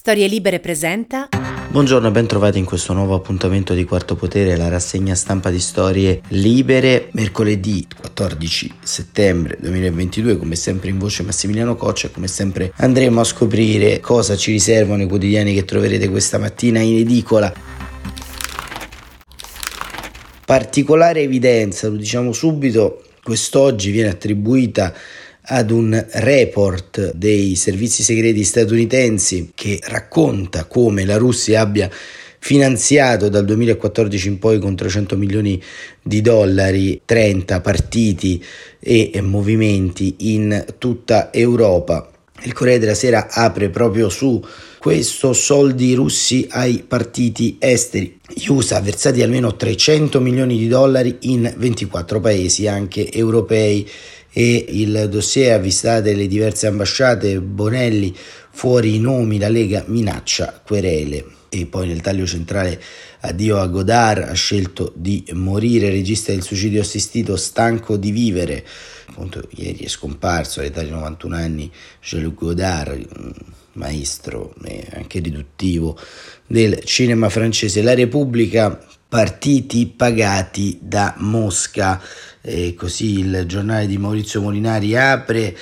Storie Libere presenta. Buongiorno e ben trovati in questo nuovo appuntamento di Quarto Potere, la rassegna stampa di Storie Libere, mercoledì 14 settembre 2022, come sempre in voce Massimiliano Coccia e come sempre andremo a scoprire cosa ci riservano i quotidiani che troverete questa mattina in edicola. Particolare evidenza, lo diciamo subito, quest'oggi viene attribuita ad un report dei servizi segreti statunitensi che racconta come la Russia abbia finanziato dal 2014 in poi con 300 milioni di dollari 30 partiti e movimenti in tutta Europa. Il Corriere della Sera apre proprio su questo: soldi russi ai partiti esteri. Gli USA versati almeno 300 milioni di dollari in 24 paesi, anche europei, e il dossier avvistate le diverse ambasciate, Bonelli, fuori i nomi, la Lega minaccia querele. E poi nel taglio centrale: addio a Godard, ha scelto di morire, regista del suicidio assistito, stanco di vivere. Appunto ieri è scomparso all'età di 91 anni Jean-Luc Godard, maestro e anche riduttivo del cinema francese. La Repubblica: partiti pagati da Mosca. E così il giornale di Maurizio Molinari apre,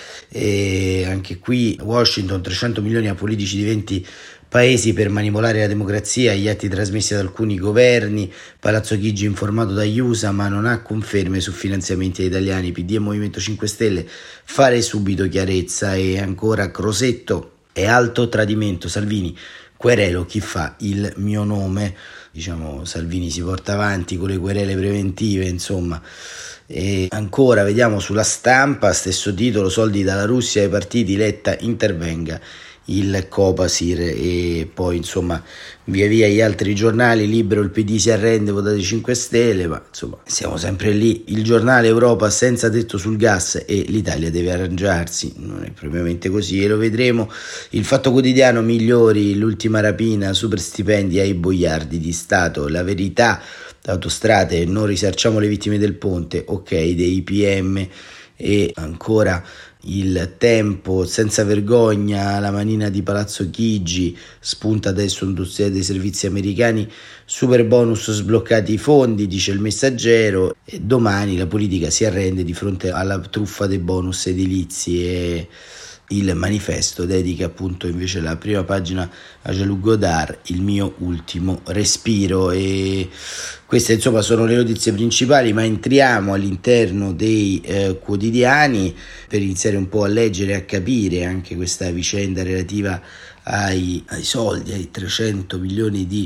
e anche qui Washington: 300 milioni a politici di 20 paesi per manipolare la democrazia, gli atti trasmessi da alcuni governi. Palazzo Chigi informato dagli USA ma non ha conferme su finanziamenti ai italiani. PD e Movimento 5 Stelle: fare subito chiarezza. E ancora Crosetto: è alto tradimento, Salvini, querelo chi fa il mio nome. Diciamo, Salvini si porta avanti con le querele preventive, insomma. E ancora vediamo sulla Stampa, stesso titolo: soldi dalla Russia ai partiti, Letta intervenga il Copasir. E poi insomma via via gli altri giornali: Libero, il PD si arrende, votate 5 Stelle, ma insomma siamo sempre lì. Il Giornale: Europa senza tetto sul gas e l'Italia deve arrangiarsi. Non è propriamente così e lo vedremo. Il Fatto Quotidiano: migliori, l'ultima rapina, super stipendi ai boiardi di Stato. La Verità: autostrade, non risarciamo le vittime del ponte, ok dei PM. E ancora Il Tempo: senza vergogna, la manina di Palazzo Chigi, spunta adesso un dossier dei servizi americani, super bonus sbloccati i fondi, dice Il Messaggero. E Domani: la politica si arrende di fronte alla truffa dei bonus edilizi. E Il Manifesto dedica appunto invece la prima pagina a Jean-Luc Godard, il mio ultimo respiro. E queste insomma sono le notizie principali, ma entriamo all'interno dei quotidiani per iniziare un po' a leggere e a capire anche questa vicenda relativa ai soldi, ai 300 milioni di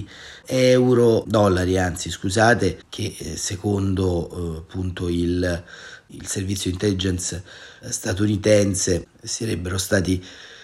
dollari, scusate, che secondo appunto il servizio intelligence statunitense sarebbero stati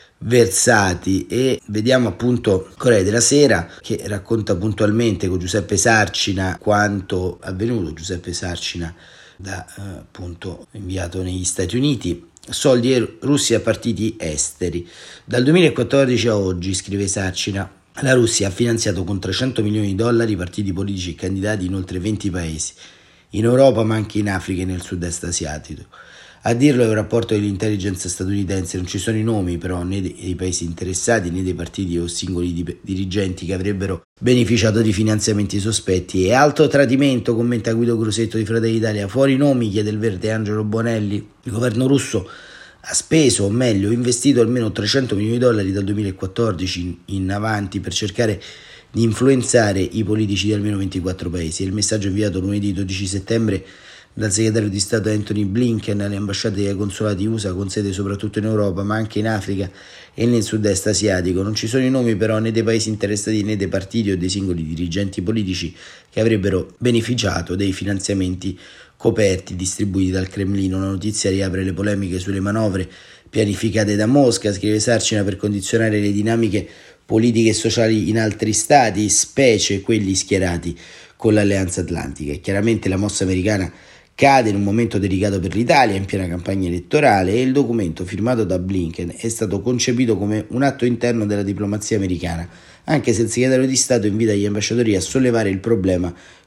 versati. E vediamo appunto Corriere della Sera che racconta puntualmente con Giuseppe Sarcina quanto avvenuto. Giuseppe Sarcina da appunto inviato negli Stati Uniti. Soldi russi a partiti esteri. Dal 2014 a oggi, scrive Sarcina, la Russia ha finanziato con 300 milioni di dollari partiti politici e candidati in oltre 20 paesi, in Europa ma anche in Africa e nel sud-est asiatico. A dirlo è un rapporto dell'intelligence statunitense. Non ci sono i nomi però né dei paesi interessati né dei partiti o singoli dirigenti che avrebbero beneficiato di finanziamenti sospetti. È alto tradimento, commenta Guido Crosetto di Fratelli d'Italia. Fuori nomi, chiede il Verde Angelo Bonelli. Il governo russo ha speso, o meglio investito, almeno 300 milioni di dollari dal 2014 in avanti per cercare di influenzare i politici di almeno 24 paesi. È il messaggio inviato lunedì 12 settembre dal segretario di Stato Anthony Blinken alle ambasciate e ai consolati USA con sede soprattutto in Europa ma anche in Africa e nel sud-est asiatico. Non ci sono i nomi però né dei paesi interessati né dei partiti o dei singoli dirigenti politici che avrebbero beneficiato dei finanziamenti coperti distribuiti dal Cremlino. La notizia riapre le polemiche sulle manovre pianificate da Mosca, scrive Sarcina, per condizionare le dinamiche politiche e sociali in altri stati, specie quelli schierati con l'Alleanza Atlantica. E chiaramente la mossa americana cade in un momento delicato per l'Italia, in piena campagna elettorale, e il documento firmato da Blinken è stato concepito come un atto interno della diplomazia americana, anche se il segretario di Stato invita gli ambasciatori a sollevare il problema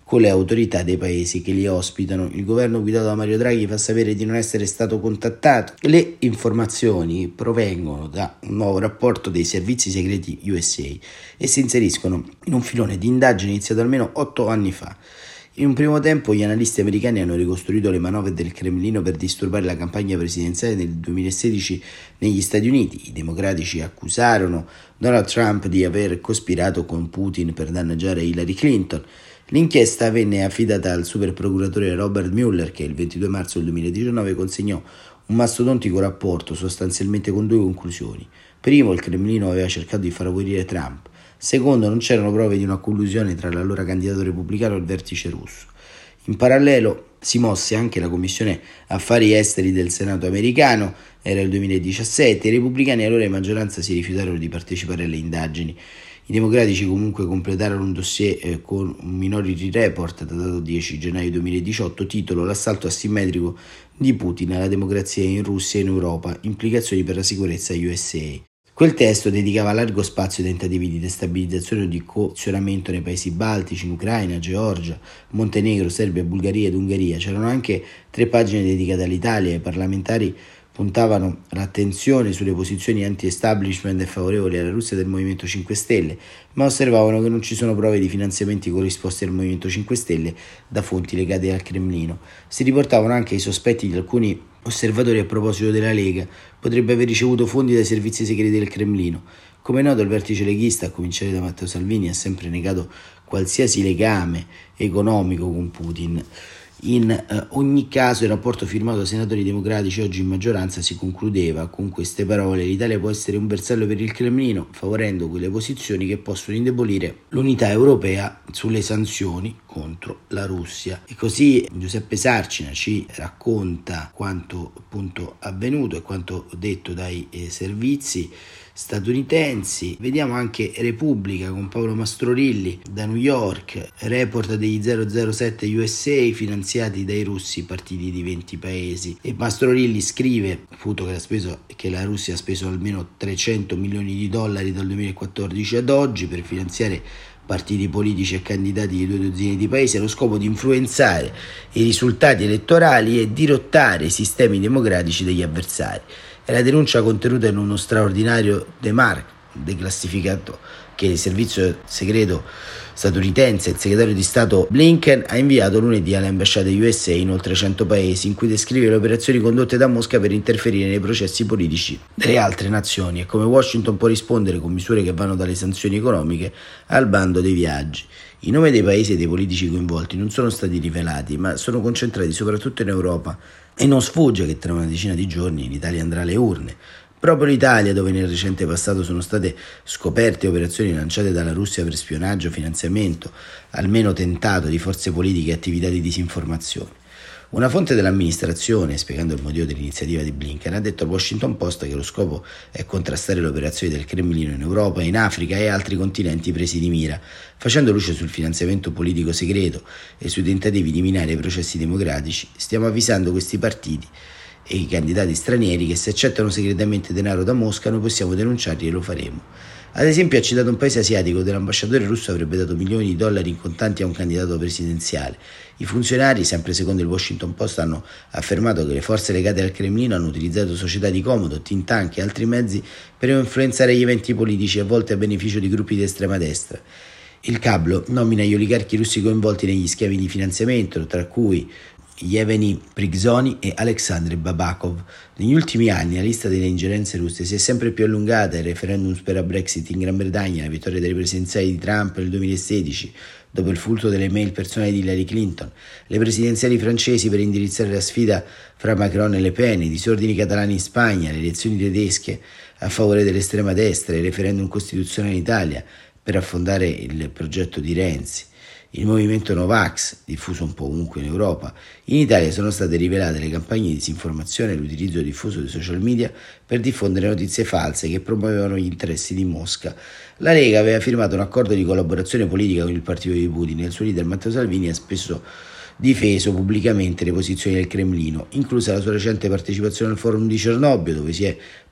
con le autorità dei paesi che li ospitano. Il governo guidato da Mario Draghi fa sapere di non essere stato contattato. Le informazioni provengono da un nuovo rapporto dei servizi segreti USA e si inseriscono in un filone di indagini iniziato almeno 8 anni fa. In un primo tempo gli analisti americani hanno ricostruito le manovre del Cremlino per disturbare la campagna presidenziale del 2016 negli Stati Uniti. I democratici accusarono Donald Trump di aver cospirato con Putin per danneggiare Hillary Clinton. L'inchiesta venne affidata al super procuratore Robert Mueller, che il 22 marzo del 2019 consegnò un mastodontico rapporto sostanzialmente con 2 conclusioni. Primo, il Cremlino aveva cercato di far favorire Trump. Secondo, non c'erano prove di una collusione tra l'allora candidato repubblicano e il vertice russo. In parallelo si mosse anche la Commissione Affari Esteri del Senato americano, era il 2017, e i repubblicani allora in maggioranza si rifiutarono di partecipare alle indagini. I democratici comunque completarono un dossier con un Minority Report datato 10 gennaio 2018, titolo «L'assalto asimmetrico di Putin alla democrazia in Russia e in Europa, implicazioni per la sicurezza USA». Quel testo dedicava largo spazio ai tentativi di destabilizzazione o di coazionamento nei paesi baltici, in Ucraina, Georgia, Montenegro, Serbia, Bulgaria ed Ungheria. C'erano anche 3 pagine dedicate all'Italia. I parlamentari puntavano l'attenzione sulle posizioni anti-establishment e favorevoli alla Russia del Movimento 5 Stelle, ma osservavano che non ci sono prove di finanziamenti corrisposti al Movimento 5 Stelle da fonti legate al Cremlino. Si riportavano anche i sospetti di alcuni osservatori a proposito della Lega potrebbe aver ricevuto fondi dai servizi segreti del Cremlino. Come è noto, il vertice leghista, a cominciare da Matteo Salvini, ha sempre negato qualsiasi legame economico con Putin. In ogni caso il rapporto firmato da senatori democratici oggi in maggioranza si concludeva con queste parole: l'Italia può essere un bersaglio per il Cremlino, favorendo quelle posizioni che possono indebolire l'unità europea sulle sanzioni contro la Russia. E così Giuseppe Sarcina ci racconta quanto appunto avvenuto e quanto detto dai servizi statunitensi. Vediamo anche Repubblica con Paolo Mastrorilli da New York, report degli 007 USA finanziati dai russi partiti di 20 paesi, e Mastrorilli scrive appunto che la Russia ha speso almeno 300 milioni di dollari dal 2014 ad oggi per finanziare partiti politici e candidati di 2 dozzine di paesi allo scopo di influenzare i risultati elettorali e dirottare i sistemi democratici degli avversari. È la denuncia contenuta in uno straordinario declassificato che il servizio segreto statunitense, il segretario di Stato Blinken, ha inviato lunedì alle ambasciate USA in oltre 100 paesi, in cui descrive le operazioni condotte da Mosca per interferire nei processi politici delle altre nazioni e come Washington può rispondere con misure che vanno dalle sanzioni economiche al bando dei viaggi. I nomi dei paesi e dei politici coinvolti non sono stati rivelati, ma sono concentrati soprattutto in Europa, e non sfugge che tra una decina di giorni l'Italia andrà alle urne. Proprio l'Italia, dove nel recente passato sono state scoperte operazioni lanciate dalla Russia per spionaggio, finanziamento, almeno tentato, di forze politiche e attività di disinformazione. Una fonte dell'amministrazione, spiegando il motivo dell'iniziativa di Blinken, ha detto al Washington Post che lo scopo è contrastare le operazioni del Cremlino in Europa, in Africa e altri continenti presi di mira, facendo luce sul finanziamento politico segreto e sui tentativi di minare i processi democratici. Stiamo avvisando questi partiti e i candidati stranieri che se accettano segretamente denaro da Mosca noi possiamo denunciarli e lo faremo. Ad esempio ha citato un paese asiatico dove l'ambasciatore russo avrebbe dato milioni di dollari in contanti a un candidato presidenziale. I funzionari, sempre secondo il Washington Post, hanno affermato che le forze legate al Cremlino hanno utilizzato società di comodo, think tank e altri mezzi per influenzare gli eventi politici, a volte a beneficio di gruppi di estrema destra. Il Cablo nomina gli oligarchi russi coinvolti negli schemi di finanziamento, tra cui Yevgeny Prigozhin e Alexandr Babakov. Negli ultimi anni la lista delle ingerenze russe si è sempre più allungata: il referendum per la Brexit in Gran Bretagna, la vittoria delle presidenziali di Trump nel 2016, dopo il furto delle mail personali di Hillary Clinton, le presidenziali francesi per indirizzare la sfida fra Macron e Le Pen, i disordini catalani in Spagna, le elezioni tedesche a favore dell'estrema destra, il referendum costituzionale in Italia per affondare il progetto di Renzi, il movimento Novax, diffuso un po' ovunque in Europa. In Italia sono state rivelate le campagne di disinformazione e l'utilizzo diffuso dei social media per diffondere notizie false che promuovevano gli interessi di Mosca. La Lega aveva firmato un accordo di collaborazione politica con il partito di Putin e il suo leader Matteo Salvini ha spesso difeso pubblicamente le posizioni del Cremlino, inclusa la sua recente partecipazione al forum di Cernobbio, dove si è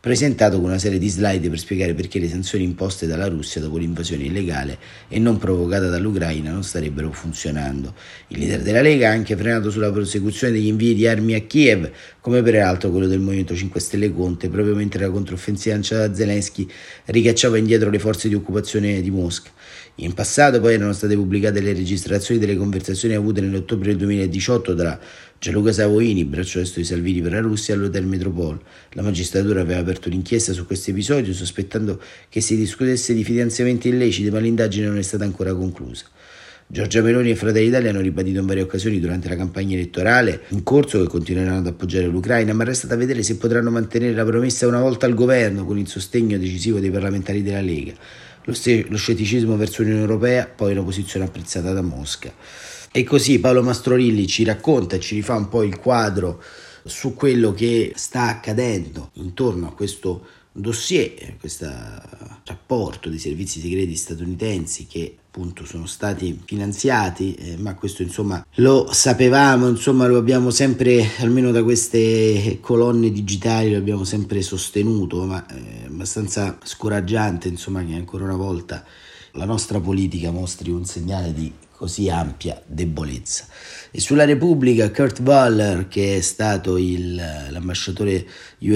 presentato con una serie di slide per spiegare perché le sanzioni imposte dalla Russia dopo l'invasione illegale e non provocata dall'Ucraina non starebbero funzionando. Il leader della Lega ha anche frenato sulla prosecuzione degli invii di armi a Kiev, come peraltro quello del Movimento 5 Stelle Conte, proprio mentre la controffensiva lanciata da Zelensky ricacciava indietro le forze di occupazione di Mosca. In passato poi erano state pubblicate le registrazioni delle conversazioni avute nell'ottobre del 2018 tra Gianluca Savoini, braccio destro di Salvini per la Russia, all'Hotel Metropole. La magistratura aveva aperto un'inchiesta su questo episodio sospettando che si discutesse di finanziamenti illeciti, ma l'indagine non è stata ancora conclusa. Giorgia Meloni e Fratelli d'Italia hanno ribadito in varie occasioni durante la campagna elettorale in corso che continueranno ad appoggiare l'Ucraina, ma resta da vedere se potranno mantenere la promessa una volta al governo con il sostegno decisivo dei parlamentari della Lega. Lo scetticismo verso l'Unione Europea, poi una posizione apprezzata da Mosca. E così Paolo Mastrorilli ci racconta e ci rifà un po' il quadro su quello che sta accadendo intorno a questo dossier, questo rapporto dei servizi segreti statunitensi che appunto sono stati finanziati, ma questo insomma lo sapevamo, insomma lo abbiamo sempre, almeno da queste colonne digitali lo abbiamo sempre sostenuto, ma è abbastanza scoraggiante insomma che ancora una volta la nostra politica mostri un segnale di così ampia debolezza. E sulla Repubblica Kurt Waller, che è stato l'ambasciatore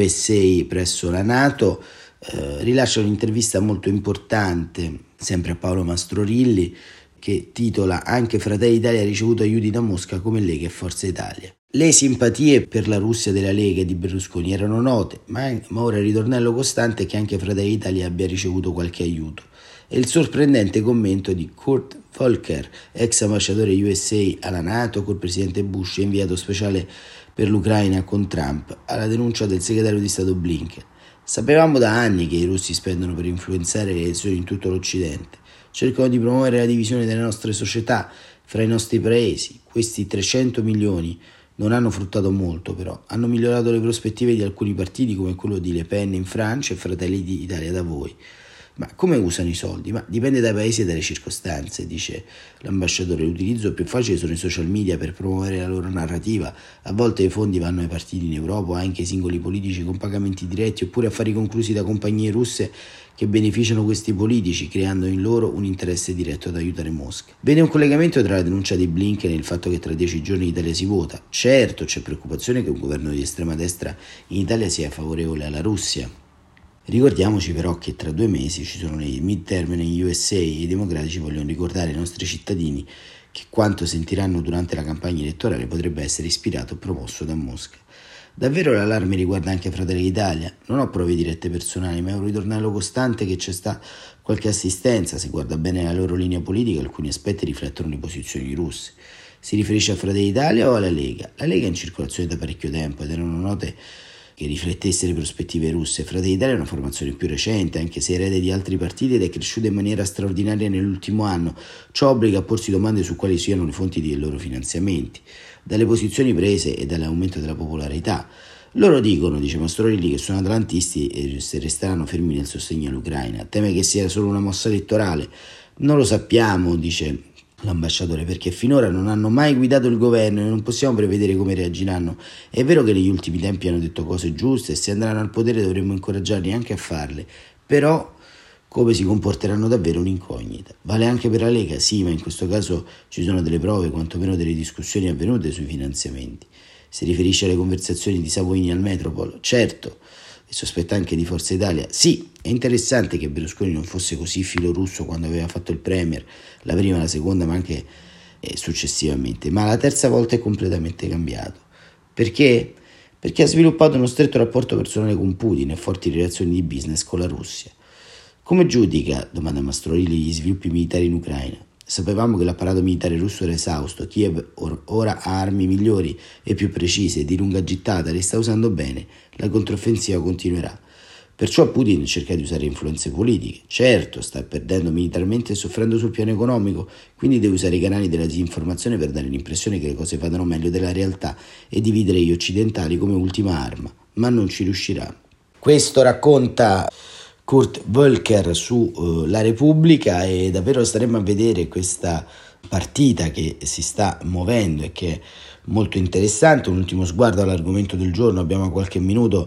USA presso la NATO, rilascia un'intervista molto importante sempre a Paolo Mastrorilli che titola "Anche Fratelli d'Italia ha ricevuto aiuti da Mosca come Lega e Forza Italia". Le simpatie per la Russia della Lega e di Berlusconi erano note, ma ora il ritornello costante è che anche Fratelli d'Italia abbia ricevuto qualche aiuto. E il sorprendente commento di Kurt Volker, ex ambasciatore USA alla NATO col presidente Bush e inviato speciale per l'Ucraina con Trump, alla denuncia del segretario di Stato Blinken. Sapevamo da anni che i russi spendono per influenzare le elezioni in tutto l'Occidente. Cercano di promuovere la divisione delle nostre società fra i nostri paesi. Questi 300 milioni non hanno fruttato molto, però hanno migliorato le prospettive di alcuni partiti come quello di Le Pen in Francia e Fratelli d'Italia da voi. Ma come usano i soldi? Ma dipende dai paesi e dalle circostanze, dice l'ambasciatore. L'utilizzo più facile sono i social media per promuovere la loro narrativa. A volte i fondi vanno ai partiti in Europa o anche ai singoli politici con pagamenti diretti oppure affari conclusi da compagnie russe che beneficiano questi politici, creando in loro un interesse diretto ad aiutare Mosca. Vede un collegamento tra la denuncia di Blinken e il fatto che tra 10 giorni in Italia si vota. Certo, c'è preoccupazione che un governo di estrema destra in Italia sia favorevole alla Russia. Ricordiamoci però che tra 2 mesi ci sono le midterm in USA e i democratici vogliono ricordare ai nostri cittadini che quanto sentiranno durante la campagna elettorale potrebbe essere ispirato o promosso da Mosca. Davvero l'allarme riguarda anche Fratelli d'Italia? Non ho prove dirette personali, ma è un ritornello costante che c'è sta qualche assistenza. Se guarda bene la loro linea politica, alcuni aspetti riflettono le posizioni russe. Si riferisce a Fratelli d'Italia o alla Lega? La Lega è in circolazione da parecchio tempo ed erano note che riflettesse le prospettive russe. Fratelli d'Italia è una formazione più recente, anche se erede di altri partiti ed è cresciuta in maniera straordinaria nell'ultimo anno. Ciò obbliga a porsi domande su quali siano le fonti dei loro finanziamenti, dalle posizioni prese e dall'aumento della popolarità. Loro dicono, dice Mastrorilli, che sono atlantisti e se resteranno fermi nel sostegno all'Ucraina. Teme che sia solo una mossa elettorale? Non lo sappiamo, dice l'ambasciatore, perché finora non hanno mai guidato il governo e non possiamo prevedere come reagiranno. È vero che negli ultimi tempi hanno detto cose giuste e se andranno al potere dovremmo incoraggiarli anche a farle, però come si comporteranno davvero un'incognita. Vale anche per la Lega? Sì, ma in questo caso ci sono delle prove, quantomeno delle discussioni avvenute sui finanziamenti. Si riferisce alle conversazioni di Savoini al Metropole? Certo. E sospetta anche di Forza Italia? Sì. È interessante che Berlusconi non fosse così filorusso quando aveva fatto il premier, la prima, la seconda, ma anche successivamente, ma la terza volta è completamente cambiato. Perché? Perché ha sviluppato uno stretto rapporto personale con Putin e forti relazioni di business con la Russia. Come giudica, domanda Mastrorilli, gli sviluppi militari in Ucraina? Sapevamo che l'apparato militare russo era esausto, Kiev ora ha armi migliori e più precise, di lunga gittata, le sta usando bene, la controffensiva continuerà. Perciò Putin cerca di usare influenze politiche. Certo, sta perdendo militarmente e soffrendo sul piano economico, quindi deve usare i canali della disinformazione per dare l'impressione che le cose vadano meglio della realtà e dividere gli occidentali come ultima arma, ma non ci riuscirà. Questo racconta Kurt Volker su La Repubblica e davvero staremo a vedere questa partita che si sta muovendo e che è molto interessante. Un ultimo sguardo all'argomento del giorno, abbiamo qualche minuto,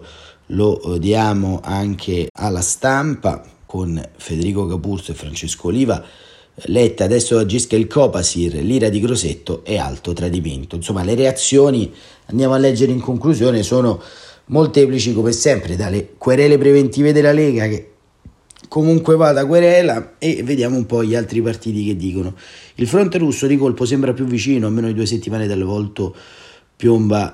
lo diamo anche alla Stampa con Federico Capurso e Francesco Oliva. Letta: adesso agisca il Copasir, l'ira di Crosetto e alto tradimento. Insomma, le reazioni, andiamo a leggere in conclusione, sono molteplici come sempre, dalle querele preventive della Lega, che comunque vada querela, e vediamo un po' gli altri partiti che dicono. Il fronte russo di colpo sembra più vicino, a meno di 2 settimane dal voto piomba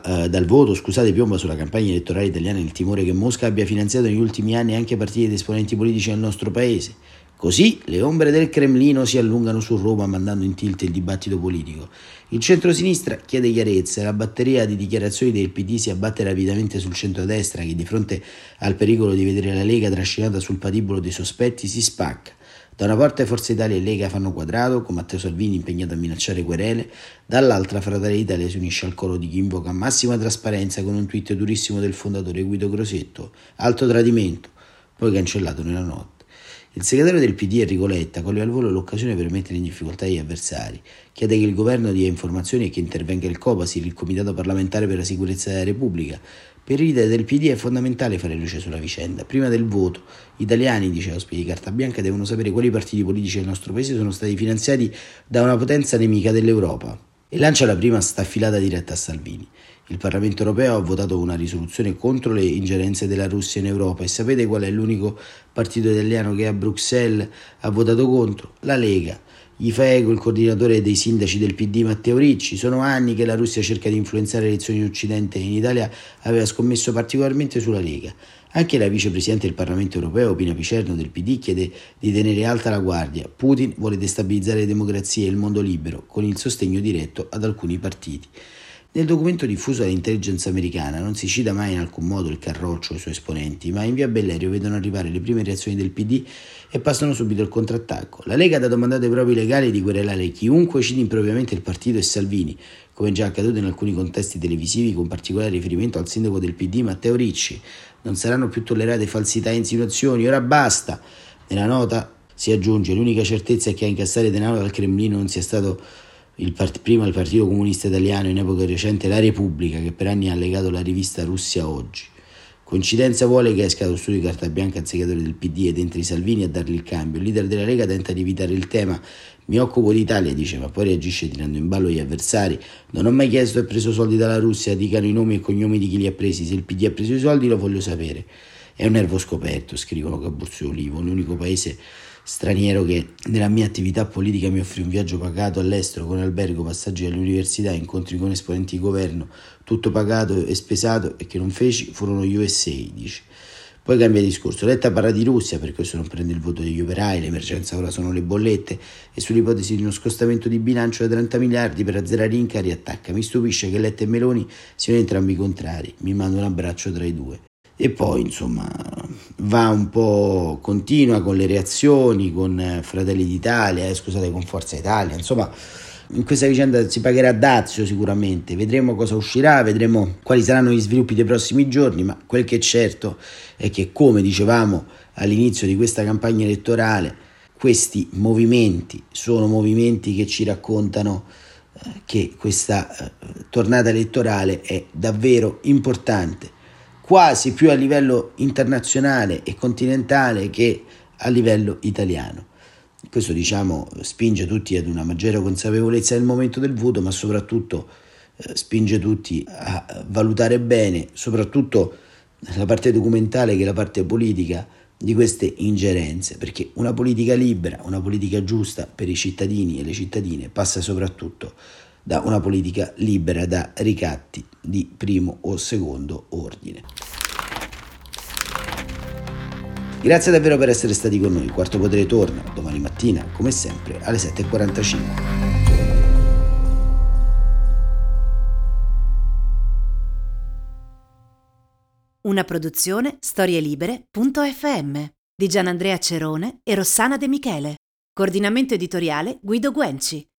sulla campagna elettorale italiana il timore che Mosca abbia finanziato negli ultimi anni anche partiti ed esponenti politici nel nostro paese. Così le ombre del Cremlino si allungano su Roma, mandando in tilt il dibattito politico. Il centrosinistra chiede chiarezza e la batteria di dichiarazioni del PD si abbatte rapidamente sul centrodestra, che di fronte al pericolo di vedere la Lega trascinata sul patibolo dei sospetti si spacca. Da una parte Forza Italia e Lega fanno quadrato, con Matteo Salvini impegnato a minacciare querele, dall'altra Fratelli d'Italia si unisce al coro di chi invoca massima trasparenza con un tweet durissimo del fondatore Guido Crosetto: alto tradimento, poi cancellato nella notte. Il segretario del PD Enrico Letta coglie al volo l'occasione per mettere in difficoltà gli avversari. Chiede che il governo dia informazioni e che intervenga il Copasir, il Comitato parlamentare per la sicurezza della Repubblica. Per i leader del PD è fondamentale fare luce sulla vicenda. Prima del voto, gli italiani, dice ospite di Carta Bianca, devono sapere quali partiti politici del nostro paese sono stati finanziati da una potenza nemica dell'Europa. E lancia la prima staffilata diretta a Salvini. Il Parlamento europeo ha votato una risoluzione contro le ingerenze della Russia in Europa, e sapete qual è l'unico partito italiano che a Bruxelles ha votato contro? La Lega. Gli fa eco il coordinatore dei sindaci del PD Matteo Ricci. Sono anni che la Russia cerca di influenzare le elezioni in Occidente e in Italia aveva scommesso particolarmente sulla Lega. Anche la vicepresidente del Parlamento europeo, Pina Picerno del PD, chiede di tenere alta la guardia. Putin vuole destabilizzare le democrazie e il mondo libero con il sostegno diretto ad alcuni partiti. Nel documento diffuso dall'intelligence americana non si cita mai in alcun modo il Carroccio e i suoi esponenti, ma in via Bellerio vedono arrivare le prime reazioni del PD e passano subito al contrattacco. La Lega ha dato mandato ai propri legali di querelare chiunque citi impropriamente il partito e Salvini, come già accaduto in alcuni contesti televisivi, con particolare riferimento al sindaco del PD Matteo Ricci. Non saranno più tollerate falsità e insinuazioni, ora basta. Nella nota si aggiunge: l'unica certezza è che a incassare denaro dal Cremlino non sia stato prima il Partito Comunista Italiano, in epoca recente la Repubblica, che per anni ha legato la rivista Russia Oggi. Coincidenza vuole che esca dallo studio di Carta Bianca il segretore del PD ed entri Salvini a dargli il cambio. Il leader della Lega tenta di evitare il tema. Mi occupo d'Italia, dice, ma poi reagisce tirando in ballo gli avversari. Non ho mai chiesto e preso soldi dalla Russia, dicano i nomi e cognomi di chi li ha presi. Se il PD ha preso i soldi lo voglio sapere. È un nervo scoperto, scrivono Capurso e Olivo, l'unico paese straniero che nella mia attività politica mi offrì un viaggio pagato all'estero con albergo, passaggi all'università, incontri con esponenti di governo, tutto pagato e spesato, e che non feci furono gli USA, dice. Poi cambia discorso. Letta parla di Russia, per questo non prende il voto degli operai, l'emergenza ora sono le bollette, e sull'ipotesi di uno scostamento di bilancio da 30 miliardi per azzerare i rincari attacca. Mi stupisce che Letta e Meloni siano entrambi contrari, mi manda un abbraccio tra i due. E poi insomma va un po', continua con le reazioni, con Fratelli d'Italia, con Forza Italia, insomma in questa vicenda si pagherà dazio sicuramente, vedremo cosa uscirà, vedremo quali saranno gli sviluppi dei prossimi giorni, ma quel che è certo è che, come dicevamo all'inizio di questa campagna elettorale, questi movimenti sono movimenti che ci raccontano che questa tornata elettorale è davvero importante, quasi più a livello internazionale e continentale che a livello italiano. Questo, spinge tutti ad una maggiore consapevolezza del momento del voto, ma soprattutto spinge tutti a valutare bene, soprattutto la parte documentale che è la parte politica, di queste ingerenze, perché una politica libera, una politica giusta per i cittadini e le cittadine passa soprattutto da una politica libera da ricatti di primo o secondo ordine. Grazie davvero per essere stati con noi. Il Quarto Potere torna domani mattina, come sempre, alle 7:45. Una produzione storielibere.fm di Gianandrea Cerone e Rossana De Michele. Coordinamento editoriale Guido Guenci.